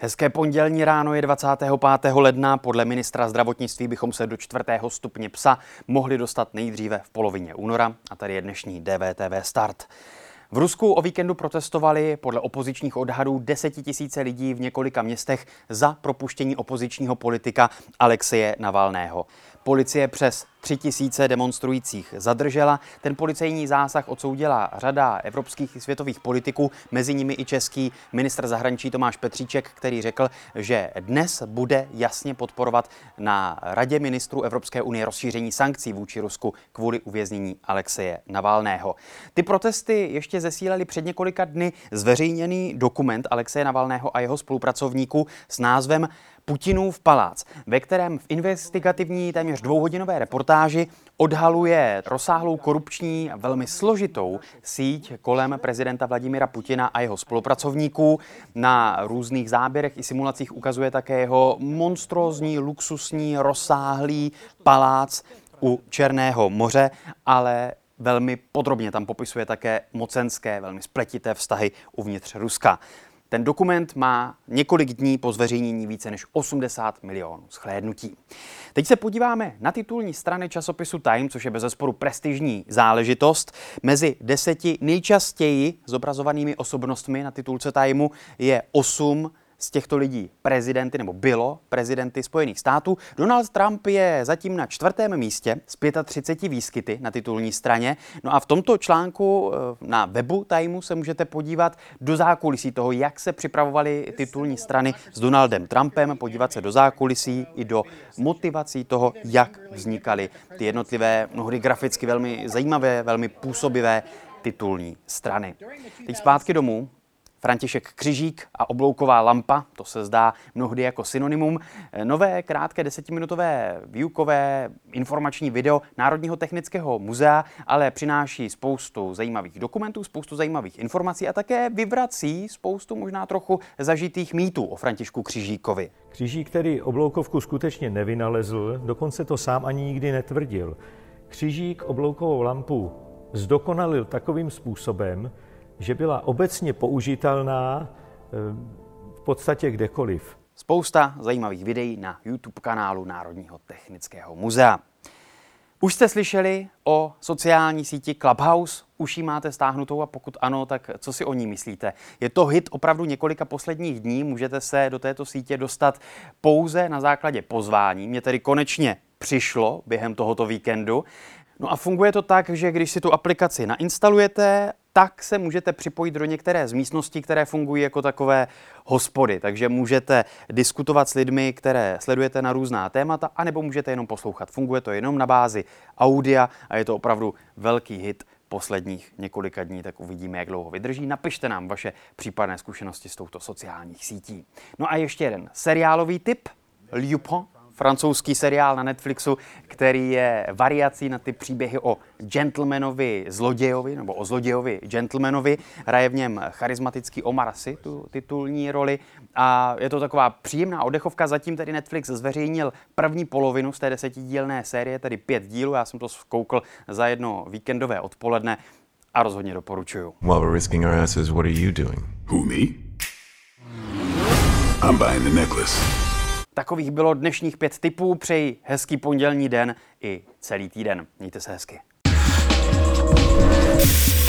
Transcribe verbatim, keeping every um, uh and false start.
Hezké pondělní ráno je dvacátého pátého ledna. Podle ministra zdravotnictví bychom se do čtvrtého stupně psa mohli dostat nejdříve v polovině února. A tady je dnešní D V T V Start. V Rusku o víkendu protestovali podle opozičních odhadů desetitisíce lidí v několika městech za propuštění opozičního politika Alexeje Navalného. Policie přes tři tisíce demonstrujících zadržela. Ten policejní zásah odsoudila řada evropských i světových politiků, mezi nimi i český ministr zahraničí Tomáš Petříček, který řekl, že dnes bude jasně podporovat na Radě ministrů Evropské unie rozšíření sankcí vůči Rusku kvůli uvěznění Alexeje Navalného. Ty protesty ještě zesílili před několika dny zveřejněný dokument Alexeje Navalného a jeho spolupracovníků s názvem Putinův palác, ve kterém v investigativní téměř dvouhodinové reportáži odhaluje rozsáhlou korupční, velmi složitou síť kolem prezidenta Vladimira Putina a jeho spolupracovníků. Na různých záběrech i simulacích ukazuje také jeho monstrózní, luxusní, rozsáhlý palác u Černého moře, ale velmi podrobně tam popisuje také mocenské, velmi spletité vztahy uvnitř Ruska. Ten dokument má několik dní po zveřejnění více než osmdesát milionů shlédnutí. Teď se podíváme na titulní strany časopisu Time, což je bezesporu prestižní záležitost. Mezi deseti nejčastěji zobrazovanými osobnostmi na titulce Timeu je osm z těchto lidí prezidenty, nebo bylo prezidenty Spojených států. Donald Trump je zatím na čtvrtém místě z třiceti pěti výskyty na titulní straně. No a v tomto článku na webu Timeu se můžete podívat do zákulisí toho, jak se připravovaly titulní strany s Donaldem Trumpem, podívat se do zákulisí i do motivací toho, jak vznikaly ty jednotlivé, mnohdy graficky velmi zajímavé, velmi působivé titulní strany. Teď zpátky domů. František Křižík a oblouková lampa, to se zdá mnohdy jako synonymum. Nové krátké desetiminutové výukové informační video Národního technického muzea ale přináší spoustu zajímavých dokumentů, spoustu zajímavých informací a také vyvrací spoustu možná trochu zažitých mýtů o Františku Křižíkovi. Křižík tedy obloukovku skutečně nevynalezl, dokonce to sám ani nikdy netvrdil. Křižík obloukovou lampu zdokonalil takovým způsobem, že byla obecně použitelná v podstatě kdekoliv. Spousta zajímavých videí na YouTube kanálu Národního technického muzea. Už jste slyšeli o sociální síti Clubhouse? Už ji máte stáhnutou a pokud ano, tak co si o ní myslíte? Je to hit opravdu několika posledních dní, můžete se do této sítě dostat pouze na základě pozvání. Mně tedy konečně přišlo během tohoto víkendu. No a funguje to tak, že když si tu aplikaci nainstalujete, tak se můžete připojit do některé z místností, které fungují jako takové hospody. Takže můžete diskutovat s lidmi, které sledujete na různá témata, anebo můžete jenom poslouchat. Funguje to jenom na bázi audia a je to opravdu velký hit posledních několika dní, tak uvidíme, jak dlouho vydrží. Napište nám vaše případné zkušenosti s touto sociálních sítí. No a ještě jeden seriálový tip. Lupin. Francouzský seriál na Netflixu, který je variací na ty příběhy o gentlemanovi zlodějovi, nebo o zlodějovi gentlemanovi. Hraje v něm charismatický Omar Sy, tu titulní roli. A je to taková příjemná oddechovka. Zatím tedy Netflix zveřejnil první polovinu z té desetidílné série, tedy pět dílů. Já jsem to zkoukl za jedno víkendové odpoledne a rozhodně doporučuju. While we're risking our asses, what are you doing? Who, me? I'm buying the necklace. Takových bylo dnešních pět tipů. Přeji hezký pondělní den i celý týden. Mějte se hezky.